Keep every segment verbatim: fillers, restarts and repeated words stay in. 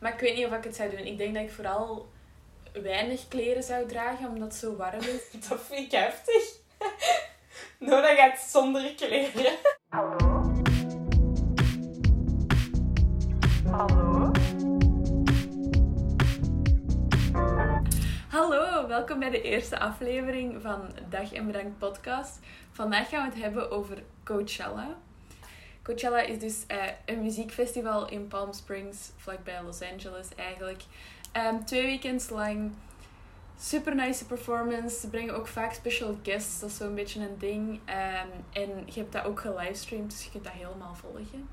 Maar ik weet niet of ik het zou doen. Ik denk dat ik vooral weinig kleren zou dragen, omdat het zo warm is. Dat vind ik heftig. Nona gaat zonder kleren. Hallo? Hallo? Hallo, welkom bij de eerste aflevering van Dag en Bedankt podcast. Vandaag gaan we het hebben over Coachella. Coachella is dus uh, een muziekfestival in Palm Springs, vlakbij Los Angeles eigenlijk. Um, twee weekends lang. Super nice performance. Ze brengen ook vaak special guests. Dat is zo'n beetje een ding. Um, en je hebt dat ook gelivestreamd, dus je kunt dat helemaal volgen.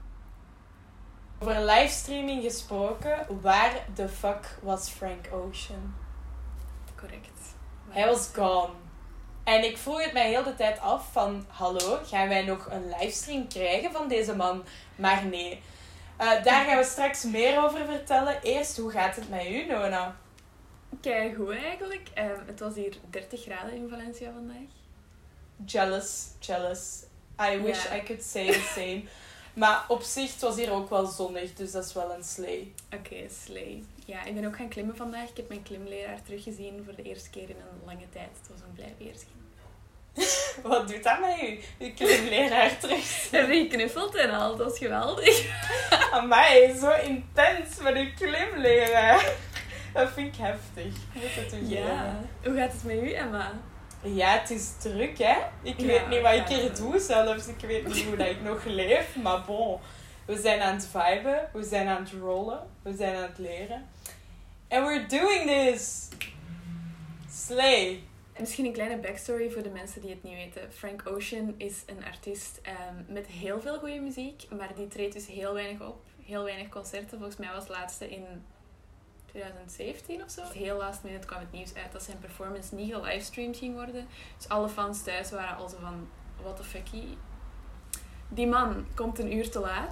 Over livestreaming gesproken, waar de fuck was Frank Ocean? Correct. Hij was gone. En ik vroeg het mij heel de tijd af van, hallo, gaan wij nog een livestream krijgen van deze man? Maar nee. Uh, daar gaan we straks meer over vertellen. Eerst, hoe gaat het met u, Nona? Kijk, goed eigenlijk. Um, het was hier dertig graden in Valencia vandaag. Jealous, jealous. I wish Ja. I could say the same. Maar op zich, het was hier ook wel zonnig, dus dat is wel een slay. Oké, okay, slay. Ja, ik ben ook gaan klimmen vandaag. Ik heb mijn klimleraar teruggezien voor de eerste keer in een lange tijd. Het was een blij weerschijn. Wat doet dat met u? Uw klimleraar terug. We hebben geknuffeld en al, dat was geweldig. Amai, zo intens met uw klimleraar. Dat vind ik heftig. Moet het u Ja. Hoe gaat het met u, Emma? Ja, het is druk, hè. Ik Ja, weet niet wat ik ja. hier doe zelfs. Ik weet niet hoe dat ik nog leef. Maar bon, we zijn aan het viben. We zijn aan het rollen. We zijn aan het leren. And we're doing this! Slay! Misschien een kleine backstory voor de mensen die het niet weten. Frank Ocean is een artiest um, met heel veel goede muziek, maar die treedt dus heel weinig op. Heel weinig concerten. Volgens mij was het laatste in twintig zeventien of zo. Heel last minute kwam het nieuws uit dat zijn performance niet gelivestreamd ging worden. Dus alle fans thuis waren al zo van, what the fuckie. Die man komt een uur te laat.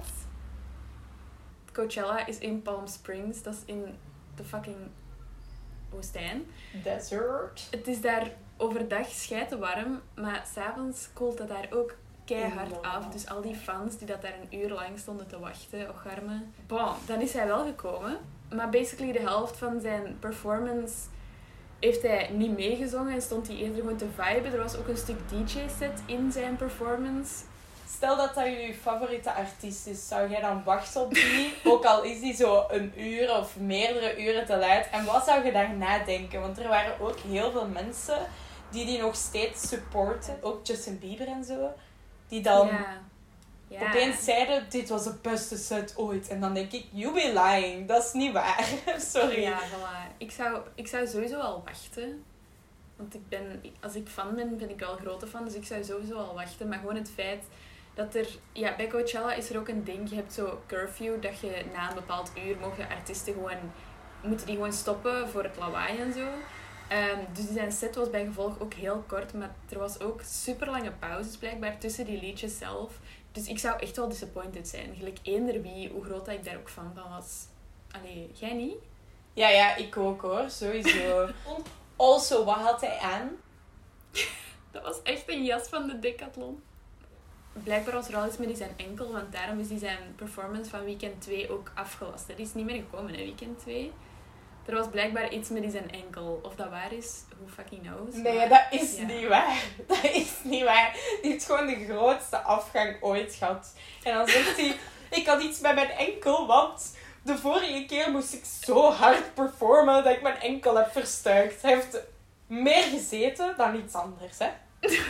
Coachella is in Palm Springs. Dat is in de fucking woestijn. Desert. Het is daar overdag scheiden warm, maar s'avonds koelt het daar ook keihard Oh. af. Dus al die fans die dat daar een uur lang stonden te wachten, och arme. Bon, dan is hij wel gekomen. Maar basically de helft van zijn performance heeft hij niet meegezongen en stond hij eerder gewoon te viben. Er was ook een stuk D J-set in zijn performance. Stel dat dat je favoriete artiest is, zou jij dan wachten op die? Ook al is die zo een uur of meerdere uren te laat. En wat zou je daarna denken? Want er waren ook heel veel mensen die die nog steeds supporten. Ook Justin Bieber en zo. Die dan Ja. Ja. opeens zeiden, dit was de beste set ooit. En dan denk ik, you be lying. Dat is niet waar. Sorry. Ja, voilà. Ik zou, ik zou sowieso al wachten. Want ik ben, als ik fan ben, ben ik wel een grote fan. Dus ik zou sowieso al wachten. Maar gewoon het feit dat er... Ja, bij Coachella is er ook een ding. Je hebt zo curfew, dat je na een bepaald uur mogen artiesten gewoon... Moeten die gewoon stoppen voor het lawaai en zo. Um, dus zijn set was bij gevolg ook heel kort. Maar er was ook super lange pauzes blijkbaar tussen die liedjes zelf. Dus ik zou echt wel disappointed zijn. Gelijk eender wie, hoe groot dat ik daar ook fan van was. Allee, jij niet? Ja, ja, ik ook hoor. Sowieso. Also, wat had hij aan? Dat was echt een jas van de Decathlon. Blijkbaar was er al iets met zijn enkel, want daarom is die zijn performance van weekend twee ook afgelast. Er is niet meer gekomen, hè, weekend twee. Er was blijkbaar iets met zijn enkel. Of dat waar is, who fucking knows. Nee, maar, dat is ja. niet waar. Dat is niet waar. Die heeft gewoon de grootste afgang ooit gehad. En dan zegt hij, ik had iets met mijn enkel, want de vorige keer moest ik zo hard performen dat ik mijn enkel heb verstuikt. Hij heeft meer gezeten dan iets anders, hè.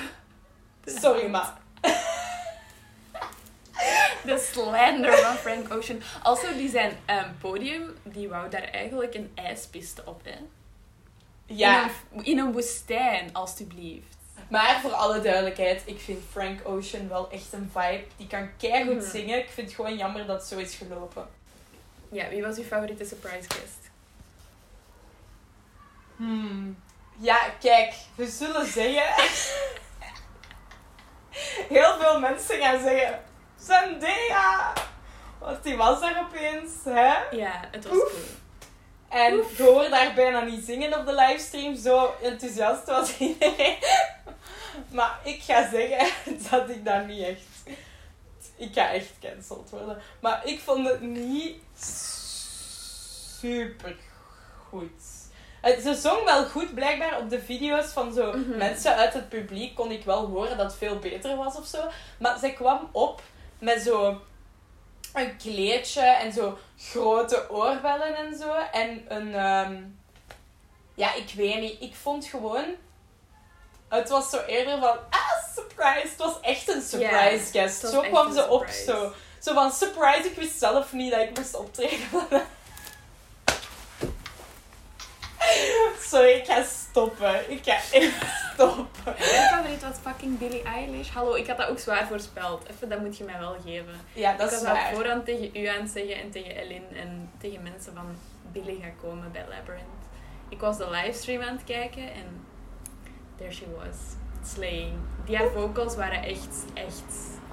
Sorry, maar... De slander van Frank Ocean. Also, die zijn um, podium, die wou daar eigenlijk een ijspiste op, hè. Ja, In een, in een woestijn, alstublieft. maar voor alle duidelijkheid, ik vind Frank Ocean wel echt een vibe. Die kan keigoed Mhm. zingen. Ik vind het gewoon jammer dat het zo is gelopen. Ja, wie was uw favoriete surprise guest? Hmm. Ja, kijk, we zullen zeggen... Heel veel mensen gaan zeggen... Zendaya! Want die was daar opeens, hè? Ja, het was Oef. cool. En Oef. je hoorde haar bijna niet zingen op de livestream. Zo enthousiast was iedereen. Maar ik ga zeggen dat ik dat niet echt... Ik ga echt cancelled worden. Maar ik vond het niet super goed. Uh, ze zong wel goed, blijkbaar, op de video's van zo Mhm. mensen uit het publiek kon ik wel horen dat het veel beter was of zo. Maar zij kwam op met zo een kleedje en zo grote oorbellen en zo. En een... Um, ja, ik weet niet. Ik vond gewoon... Het was zo eerder van... Ah, surprise! Het was echt een surprise Ja, guest. het was Zo echt kwam een ze op. surprise. Zo, zo van, surprise, ik wist zelf niet dat ik moest optreden. Sorry, ik ga stoppen. Ik ga echt stoppen. Mijn favoriet was fucking Billie Eilish. Hallo, ik had dat ook zwaar voorspeld. Even, dat moet je mij wel geven. Ja, dat ik is was al waar. voorhand tegen u aan het zeggen en tegen Ellen en tegen mensen van Billie gaat komen bij Labyrinth. Ik was de livestream aan het kijken en there she was. Slaying. Die haar vocals waren echt, echt...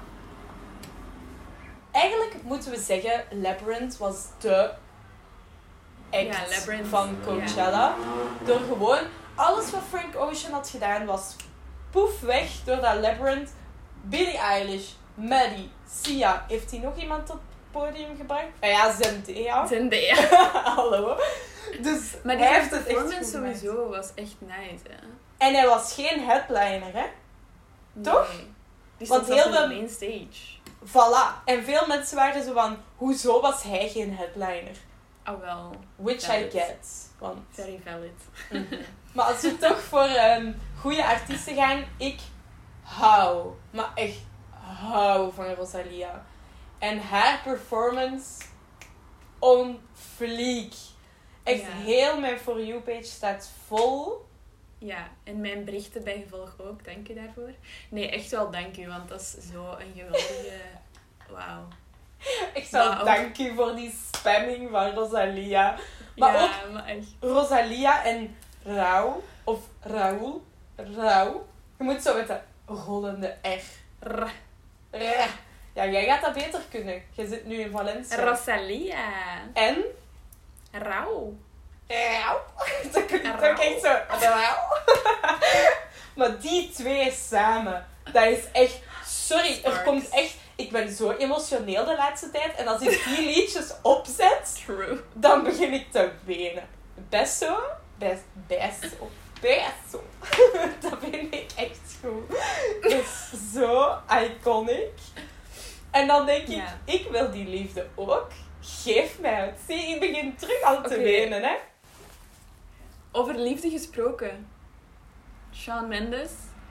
Eigenlijk moeten we zeggen, Labyrinth was de act Ja, Labyrinth, van Coachella. Door gewoon alles wat Frank Ocean had gedaan was poef weg door dat Labyrinth. Billie Eilish, Maddie, Sia. Heeft hij nog iemand op het podium gebracht? Ah ja, Zendaya. Zendaya. Hallo. Dus Maar die hij haar heeft het echt performance goed gemaakt. sowieso was echt nice, hè. En hij was geen headliner, hè? Toch? Nee. Die Want stond heel zelfs op veel- de main stage. Voilà. En veel mensen waren zo van, hoezo was hij geen headliner? Oh wel. Which I Valid. get. Want... Very valid. Mhm. Maar als we toch voor um, goede artiesten gaan, ik hou, maar echt hou van Rosalia. En haar performance on fleek. Echt Ja. heel mijn For You page staat vol. Ja, en mijn berichten bij gevolg ook. Dank u daarvoor. Nee, echt wel dank u, want dat is zo een geweldige... Wauw. Ik zou Wauw. dank u voor die spamming van Rosalia. Maar ja, ook maar echt. Rosalia en Rauw, of Raoul, Rauw. Je moet zo met de rollende R. R- R. Ja, jij gaat dat beter kunnen. Je zit nu in Valencia. Rosalia. En? Rauw. Rauw. Dat klinkt ook Rauw. echt zo. Rauw. Maar die twee samen, dat is echt... Sorry, er Sparks. komt echt... Ik ben zo emotioneel de laatste tijd. En als ik die liedjes opzet, True. dan begin ik te wenen. Best zo. Best, best zo. Best zo. Dat vind ik echt goed. Dat is zo iconic. En dan denk ik, Ja. ik wil die liefde ook. Geef mij het. Zie, ik begin terug al te Oké. wenen, hè. Over liefde gesproken. Shawn Mendes.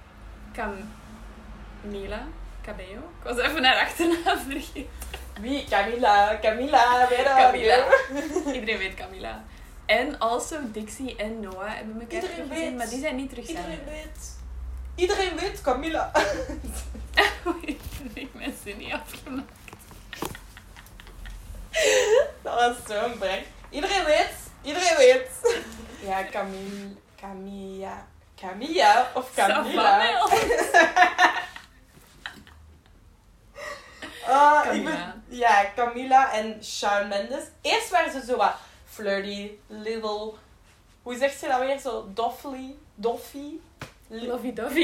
Camila. Cabello. Ik was even naar achternaam vergeten. Wie? Camila. Camila. Weet je wat? Camila. Iedereen weet Camila. En also Dixie en Noah hebben elkaar Iedereen teruggezien, weet. maar die zijn niet terug Iedereen samen. weet. Iedereen weet Camila. Oei, heb ik mijn zin niet afgemaakt. Dat was zo'n breng. Iedereen weet. Iedereen weet. Ja, Camille. Camilla. Camilla of Camila. Ah, ik Camila. ben, ja, Camila en Shawn Mendes. Eerst waren ze zo wat flirty, little... Hoe zegt ze dat weer? Zo doffly, doffy. Li- Lovey Dovey.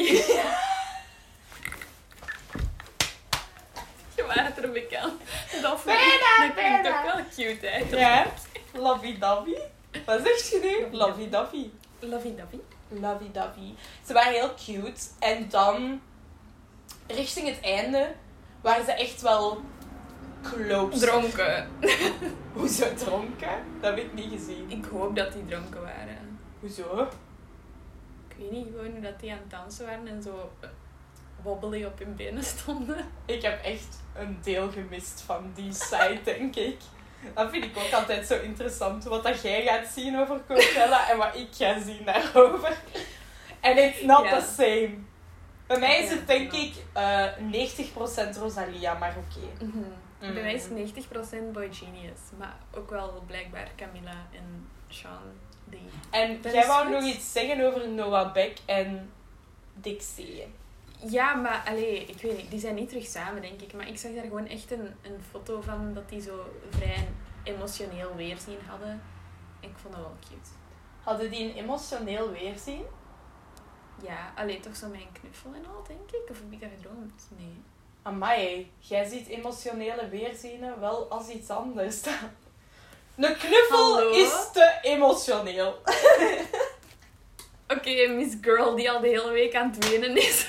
Je waart er bekend. Dat Bijna, dat klinkt bijna. ook wel cute, hè? Ja, lovey-dovey. Wat zegt je nu? Lovey-dovey. Lovey Dovey. Lovey-dovey. Ze waren heel cute. En dan, richting het einde, waren ze echt wel close. Dronken. Hoezo dronken? Dat heb ik niet gezien. Ik hoop dat die dronken waren. Hoezo? Ik weet niet gewoon hoe dat die aan het dansen waren en zo wobbly op hun benen stonden. Ik heb echt een deel gemist van die site, denk ik. Dat vind ik ook altijd zo interessant. Wat dat jij gaat zien over Coachella en wat ik ga zien daarover. En it's not Ja. the same. Bij mij is Ja, het denk ja. ik eh negentig procent Rosalia, maar oké. Mhm. Mm. Bij mij is het negentig procent Boy Genius, maar ook wel blijkbaar Camila en Shawn die. En Dat jij is wou goed. nog iets zeggen over Noah Beck en Dixie. Ja, maar allee, ik weet niet, die zijn niet terug samen, denk ik. Maar ik zag daar gewoon echt een, een foto van dat die zo vrij emotioneel weerzien hadden. En ik vond dat wel cute. Hadden die een emotioneel weerzien? Ja, alleen toch zo met een knuffel en al, denk ik. Of heb ik dat gedroomd? Nee. Amai, jij ziet emotionele weerzienen wel als iets anders. Een knuffel Hallo? is te emotioneel. Oké, okay, Miss Girl die al de hele week aan het wenen is.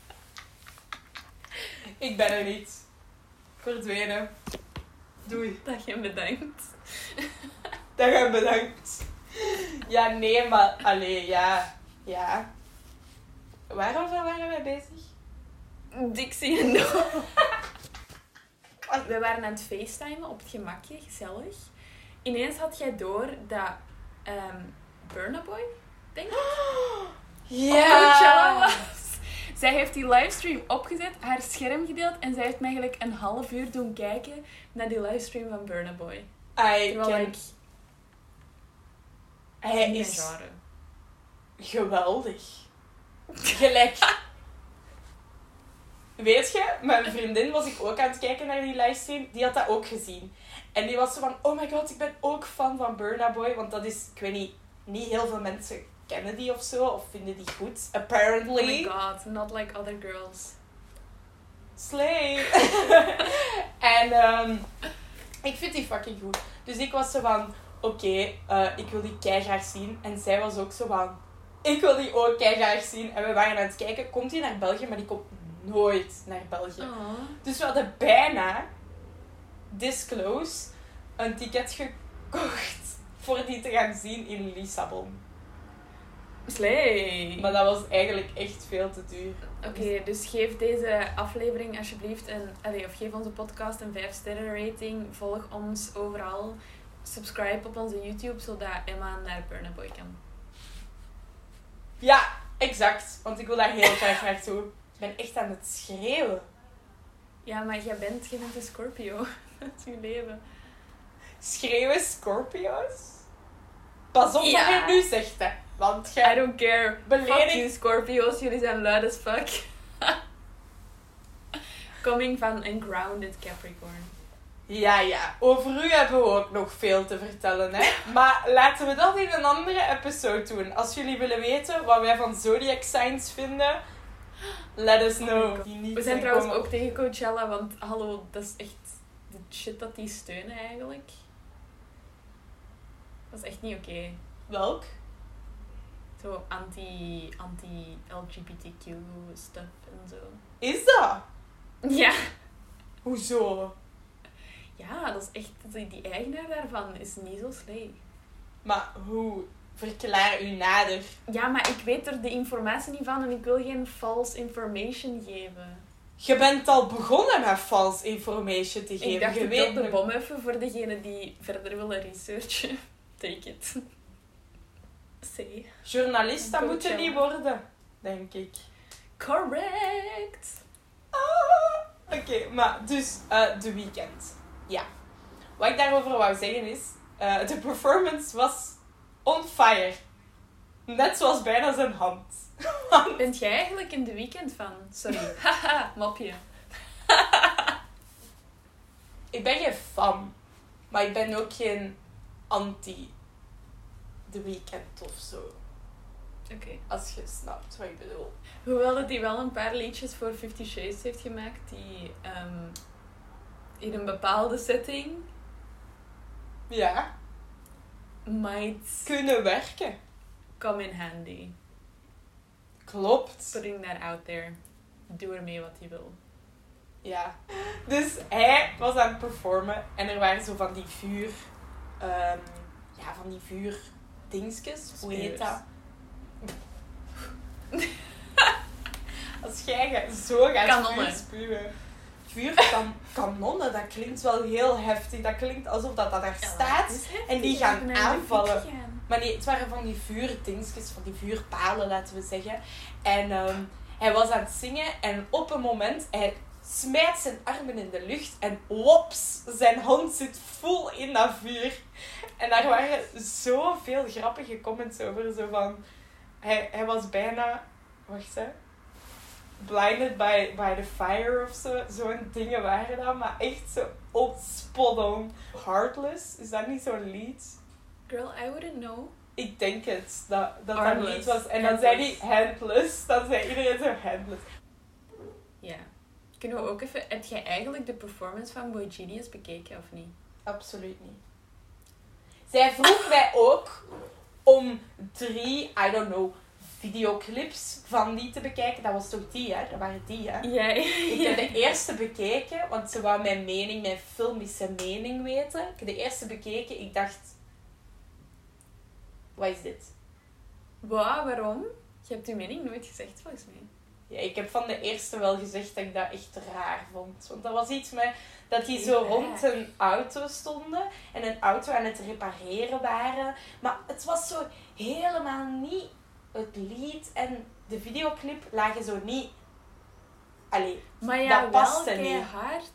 Ik ben er niet. Verdwenen. Doei. Dat je bedankt. Dag en bedankt. Ja, nee, maar... Allee, ja. Ja. Waarover waren wij bezig? Dixie en Noah. We waren aan het facetimen op het gemakje, gezellig. Ineens had jij door dat um, Burna Boy, denk ik, op Coachella was. Zij heeft die livestream opgezet, haar scherm gedeeld en zij heeft mij eigenlijk een half uur doen kijken naar die livestream van Burna Boy. I Terwijl can... ik... Hij niet is mijn genre. geweldig. Gelijk. Weet je, mijn vriendin was ik ook aan het kijken naar die livestream. Die had dat ook gezien. En die was zo van, oh my god, ik ben ook fan van Burna Boy. Want dat is, ik weet niet, niet heel veel mensen kennen die of zo. Of vinden die goed. Apparently. Oh my god, not like other girls. Slay. En um, ik vind die fucking goed. Dus ik was zo van, oké, okay, uh, ik wil die keigraag zien. En zij was ook zo van, ik wil die ook keigraag zien. En we waren aan het kijken, komt die naar België? Maar die komt nooit naar België. Oh. Dus we hadden bijna, disclose, een ticket gekocht voor die te gaan zien in Lissabon. Slay. Maar dat was eigenlijk echt veel te duur. Oké, okay, dus geef deze aflevering alsjeblieft een... Allez, of geef onze podcast een vijf sterren rating. Volg ons overal. Subscribe op onze YouTube, zodat Emma naar Burna Boy kan. Ja, exact. Want ik wil daar heel graag naartoe. Ik ben echt aan het schreeuwen. Ja, maar jij bent, jij bent een Scorpio. Dat is je leven. Schreeuwen Scorpio's? Pas op Ja. wat je nu zegt, hè. Want I jij... don't care. Beledig- Fuck you Scorpio's, jullie zijn luid as fuck. Coming van een grounded Capricorn. Ja, ja. Over u hebben we ook nog veel te vertellen, hè. Maar laten we dat in een andere episode doen. Als jullie willen weten wat wij van Zodiac Signs vinden, let us know. Oh Die niet We zijn zijn trouwens komen- ook tegen Coachella, want hallo, dat is echt de shit dat die steunen eigenlijk. Dat is echt niet oké. Okay. Welk? Zo anti, anti-L G B T Q stuff en zo. Is dat? Ja. Hoezo? Ja, dat is echt... Die, die eigenaar daarvan is niet zo slay. Maar hoe? Verklaar u nader. Ja, maar ik weet er de informatie niet van en ik wil geen false information geven. Je bent al begonnen met false information te geven. Ik dacht, je ik weet wil de nog- bom even voor degene die verder willen researchen. Take it. Say. Journalist, dat moet je Coachella. niet worden, denk ik. Correct. Ah, Oké, okay, maar dus uh, The Weeknd. Ja. Wat ik daarover wou zeggen is, uh, de performance was on fire. Net zoals bijna zijn hand. Bent jij eigenlijk in de weekend van? Sorry. Haha, mopje. Ik ben geen fan, maar ik ben ook geen anti The Weeknd of zo. Oké. Okay. Als je snapt wat ik bedoel. Hoewel dat hij wel een paar liedjes voor Fifty Shades heeft gemaakt die um, in een bepaalde setting Ja. might Kunnen werken. come in handy. Klopt. Putting that out there. Doe ermee wat je wil. Ja. Dus hij was aan het performen en er waren zo van die vuur... Um, ja, van die vuurdingsjes. Hoe heet dat? Als jij ga- zo gaat Kanonnen. vuur spuwen. Vuurkanonnen, dat klinkt wel heel heftig. Dat klinkt alsof dat, dat daar staat. En die gaan aanvallen. Maar nee, het waren van die vuurdingsjes, van die vuurpalen, laten we zeggen. En um, hij was aan het zingen en op een moment, hij smijt zijn armen in de lucht en wops, zijn hand zit vol in dat vuur. En daar waren zoveel grappige comments over, zo van... Hij, hij was bijna... Wacht, hè. Blinded by, by the fire of zo. Zo'n dingen waren dat, maar echt zo op spot on. Heartless, is dat niet zo'n lied? Girl, I wouldn't know. Ik denk het, dat dat, dat Armless. lied was. En dan zei hij handless. Dan zei iedereen zo handless. Ja. Kunnen we ook even... Heb jij eigenlijk de performance van Boy Genius bekeken of niet? Absoluut niet. Zij vroeg mij ook om drie, I don't know, videoclips van die te bekijken. Dat was toch die, hè? Dat waren die, hè? Ja, Ik heb de eerste bekeken, want ze wou mijn mening, mijn filmische mening weten. Ik heb de eerste bekeken, ik dacht... Wat is dit? Wow, waarom? Je hebt je mening nooit gezegd, volgens mij. Ja, ik heb van de eerste wel gezegd dat ik dat echt raar vond. Want dat was iets met dat die zo rond een auto stonden en een auto aan het repareren waren. Maar het was zo helemaal niet... Het lied en de videoclip lagen zo niet... Allee, Maar ja, dat paste wel niet. hard.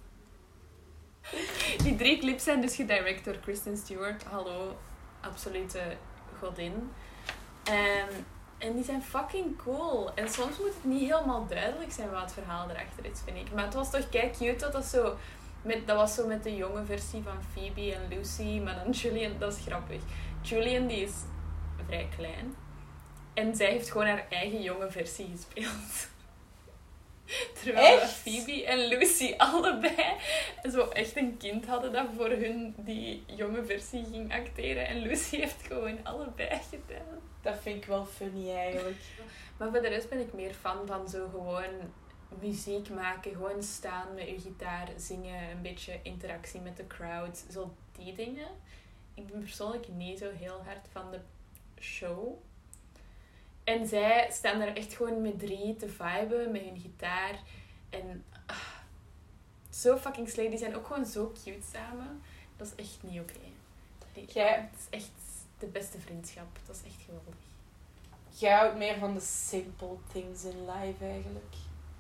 Die drie clips zijn dus gedirect door Kristen Stewart. Hallo, absolute godin. En, en die zijn fucking cool. En soms moet het niet helemaal duidelijk zijn wat het verhaal erachter is, vind ik. Maar het was toch kijk cute dat dat zo... Met, dat was zo met de jonge versie van Phoebe en Lucy. Maar dan Julian, dat is grappig. Julian die is vrij klein. En zij heeft gewoon haar eigen jonge versie gespeeld. Terwijl Echt? Phoebe en Lucy allebei zo echt een kind hadden dat voor hun die jonge versie ging acteren. En Lucy heeft gewoon allebei gedaan. Dat vind ik wel funny eigenlijk. Maar voor de rest ben ik meer fan van zo gewoon muziek maken. Gewoon staan met je gitaar, zingen, een beetje interactie met de crowd. Zo die dingen. Ik ben persoonlijk niet zo heel hard van de show. En zij staan daar echt gewoon met drie te viben, met hun gitaar. En ah, zo fucking slay. Die zijn ook gewoon zo cute samen. Dat is echt niet oké. Okay. Jij- Het is echt de beste vriendschap. Dat is echt geweldig. Jij houdt meer van de simple things in life eigenlijk.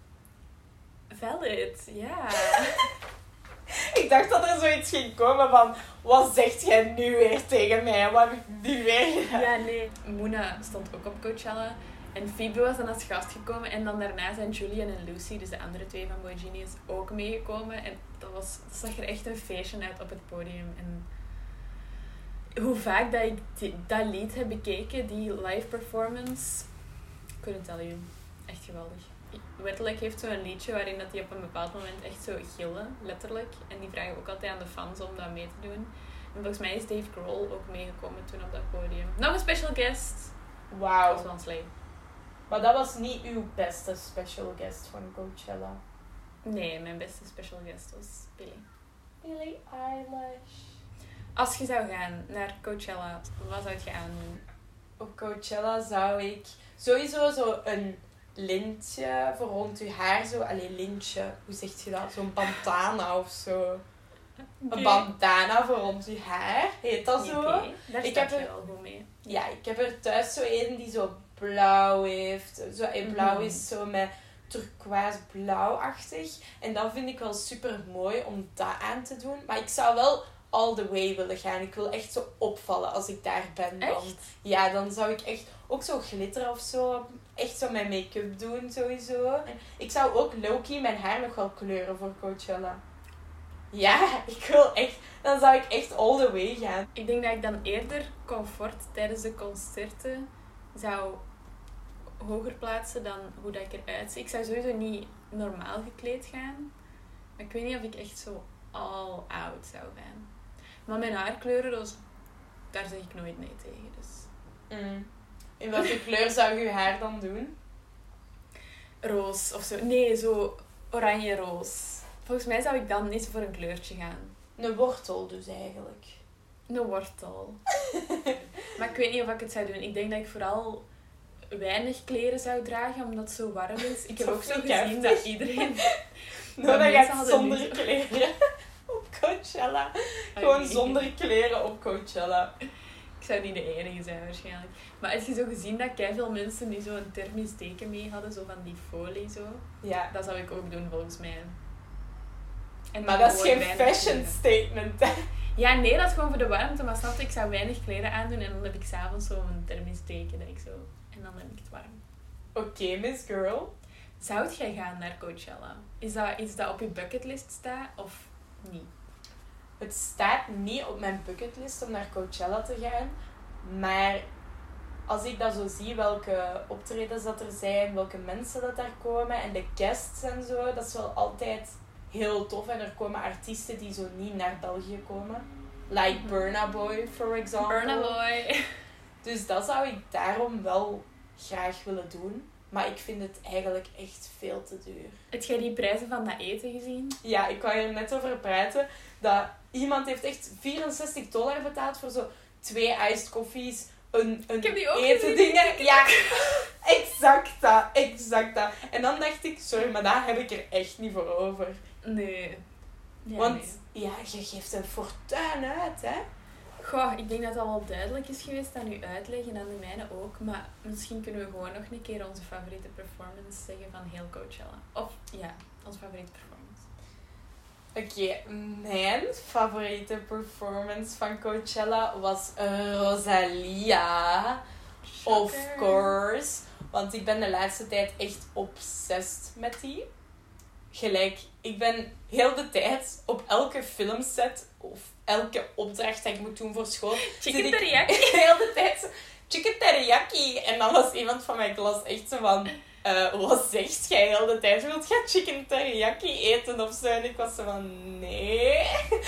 Valid, ja. Ik dacht dat er zoiets ging komen van... Wat zegt jij nu weer tegen mij? Wat heb ik nu weer gedaan? Ja, nee. Moena stond ook op Coachella. En Phoebe was dan als gast gekomen. En dan daarna zijn Julian en Lucy, dus de andere twee van Boy Genius, ook meegekomen. En dat, was, dat zag er echt een feestje uit op het podium. En hoe vaak dat ik die, dat lied heb bekeken, die live performance, couldn't tell you. Echt geweldig. Wettelijk heeft zo'n liedje waarin dat hij op een bepaald moment echt zo gillen, letterlijk. En die vragen ook altijd aan de fans om dat mee te doen. En volgens mij is Dave Grohl ook meegekomen toen op dat podium. Nog een special guest. Dat Wauw. was wel een slay. Maar dat was niet uw beste special guest van Coachella. Nee, mijn beste special guest was Billie. Billie Eilish. Als je zou gaan naar Coachella, wat zou je aandoen? Op Coachella zou ik sowieso zo een lintje voor rond je haar. Zo, allee, lintje. Hoe zeg je dat? Zo'n bandana of zo. Een bandana voor rond je haar. Heet dat zo? Oké, daar Ik sta heb je er- wel goed mee. Ja, ik heb er thuis zo een die zo blauw heeft. Zo, en blauw Mhm. is zo met turquoise blauwachtig. En dat vind ik wel super mooi om dat aan te doen. Maar ik zou wel all the way willen gaan. Ik wil echt zo opvallen als ik daar ben. Dan. Echt? Ja, dan zou ik echt ook zo glitter of zo. Echt zo mijn make-up doen sowieso. En ik zou ook low-key mijn haar nog wel kleuren voor Coachella. Ja, ik wil echt... Dan zou ik echt all the way gaan. Ik denk dat ik dan eerder comfort tijdens de concerten zou hoger plaatsen dan hoe dat ik eruit zie. Ik zou sowieso niet normaal gekleed gaan. Maar ik weet niet of ik echt zo all out zou gaan. Maar mijn haarkleuren, dat is- daar zeg ik nooit nee tegen. Dus. Mm. In welke kleur zou je je haar dan doen? Roos of zo. Nee, zo oranje-roos. Volgens mij zou ik dan niet voor een kleurtje gaan. Een wortel dus eigenlijk. Een wortel. Maar ik weet niet of ik het zou doen. Ik denk dat ik vooral weinig kleren zou dragen, omdat het zo warm is. Ik heb Dat ook zo vind ik gezien heftig. dat iedereen... Nou, Maar dan mensen gaat hadden zonder niet- kleren op Coachella. Gewoon nee. zonder kleren op Coachella. Ik zou niet de enige zijn waarschijnlijk. Maar heb je zo gezien dat veel mensen die zo een thermisch deken mee hadden, zo van die folie zo? Ja. Dat zou ik ook doen volgens mij. En Maar dan dat is gewoon geen weinig fashion kleren. statement, hè. Ja, nee, dat is gewoon voor de warmte. Maar snap je, ik zou weinig kleren aandoen en dan heb ik s'avonds zo een thermisch deken dat ik zo... En dan heb ik het warm. Oké, Miss Girl. Zou jij gaan naar Coachella? Is dat iets dat op je bucketlist staat of niet? Het staat niet op mijn bucketlist om naar Coachella te gaan. Maar als ik dat zo zie, welke optredens dat er zijn, welke mensen dat daar komen en de guests en zo, dat is wel altijd heel tof. En er komen artiesten die zo niet naar België komen. Like Burna Boy, for example. Burna Boy. Dus dat zou ik daarom wel graag willen doen. Maar ik vind het eigenlijk echt veel te duur. Heb jij die prijzen van dat eten gezien? Ja, ik wou er net over praten. Dat iemand heeft echt vierenzestig dollar betaald voor zo twee iced koffies. Een, een Ik heb die ook eten gezien. dingen. Ja, exact dat. Exact dat. En dan dacht ik, sorry, maar daar heb ik er echt niet voor over. Nee. Ja, Want nee. ja, je geeft een fortuin uit, hè. Goh, ik denk dat dat wel duidelijk is geweest aan uw uitleg en aan de mijne ook. Maar misschien kunnen we gewoon nog een keer onze favoriete performance zeggen van heel Coachella. Of ja, onze favoriete performance. Oké, mijn favoriete performance van Coachella was Rosalia. Of Shocker. course. Want ik ben de laatste tijd echt obsessed met die. Gelijk, ik ben heel de tijd op elke filmset of elke opdracht dat ik moet doen voor school. Chicken zit ik teriyaki. Heel de tijd zo, chicken teriyaki. En dan was iemand van mijn klas echt zo van, uh, wat zegt jij heel de tijd? Wilt jij chicken teriyaki eten of zo? En ik was zo van, nee.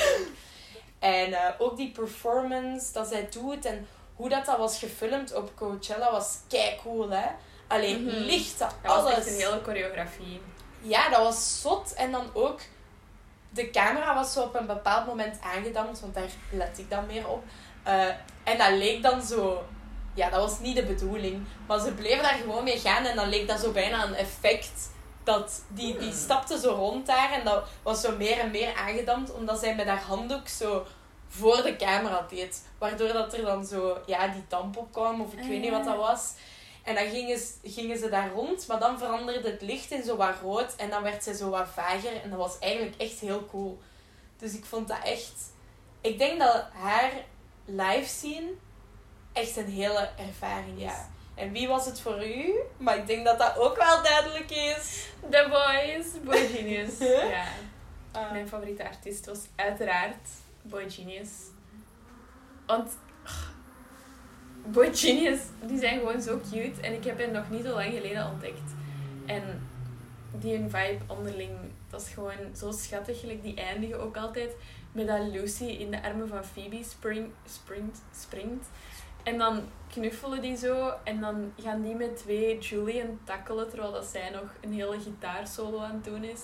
En uh, ook die performance dat zij doet en hoe dat, dat was gefilmd op Coachella was kei cool, hè. Alleen Mhm. lichten, Dat was alles. echt een hele choreografie. Ja, dat was zot. En dan ook, de camera was zo op een bepaald moment aangedampt, want daar let ik dan meer op. Uh, en dat leek dan zo... Ja, dat was niet de bedoeling. Maar ze bleven daar gewoon mee gaan en dan leek dat zo bijna een effect. Dat die, die stapte zo rond daar en dat was zo meer en meer aangedampt, omdat zij met haar handdoek zo voor de camera deed. Waardoor dat er dan zo, ja, die damp op kwam, of ik weet niet wat dat was. En dan gingen ze, gingen ze daar rond, maar dan veranderde het licht in zo wat rood en dan werd ze zo wat vager en dat was eigenlijk echt heel cool. Dus ik vond dat echt... Ik denk dat haar live zien echt een hele ervaring is. Ja. En wie was het voor u? Maar ik denk dat dat ook wel duidelijk is. The Boys, Boy Genius. Ja. Uh, Mijn favoriete artiest was uiteraard Boy Genius. Want ugh, Boy Genius, die zijn gewoon zo cute. En ik heb hen nog niet zo lang geleden ontdekt. En die hun vibe onderling, dat is gewoon zo schattig. Gelijk die eindigen ook altijd met dat Lucy in de armen van Phoebe spring, springt, springt. En dan knuffelen die zo. En dan gaan die met twee Julian tackelen, terwijl dat zij nog een hele gitaarsolo aan het doen is.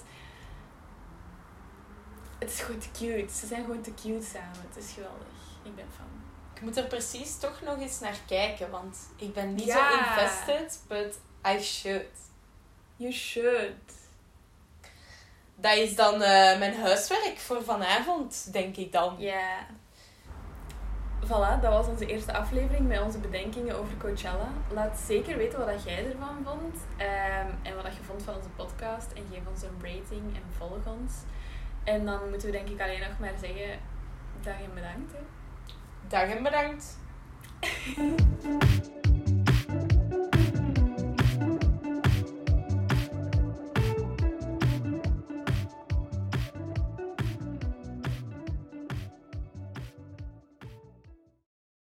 Het is gewoon te cute. Ze zijn gewoon te cute samen. Het is geweldig. Ik ben fan. ik moet er precies toch nog eens naar kijken, want ik ben niet Ja. zo invested, but I should. You should. Dat is dan uh, mijn huiswerk voor vanavond, denk ik dan. Ja. Voilà, dat was onze eerste aflevering met onze bedenkingen over Coachella. Laat zeker weten wat jij ervan vond. Um, en wat je vond van onze podcast. En geef ons een rating en volg ons. En dan moeten we denk ik alleen nog maar zeggen... Dag en bedankt. Hè. Dag en bedankt.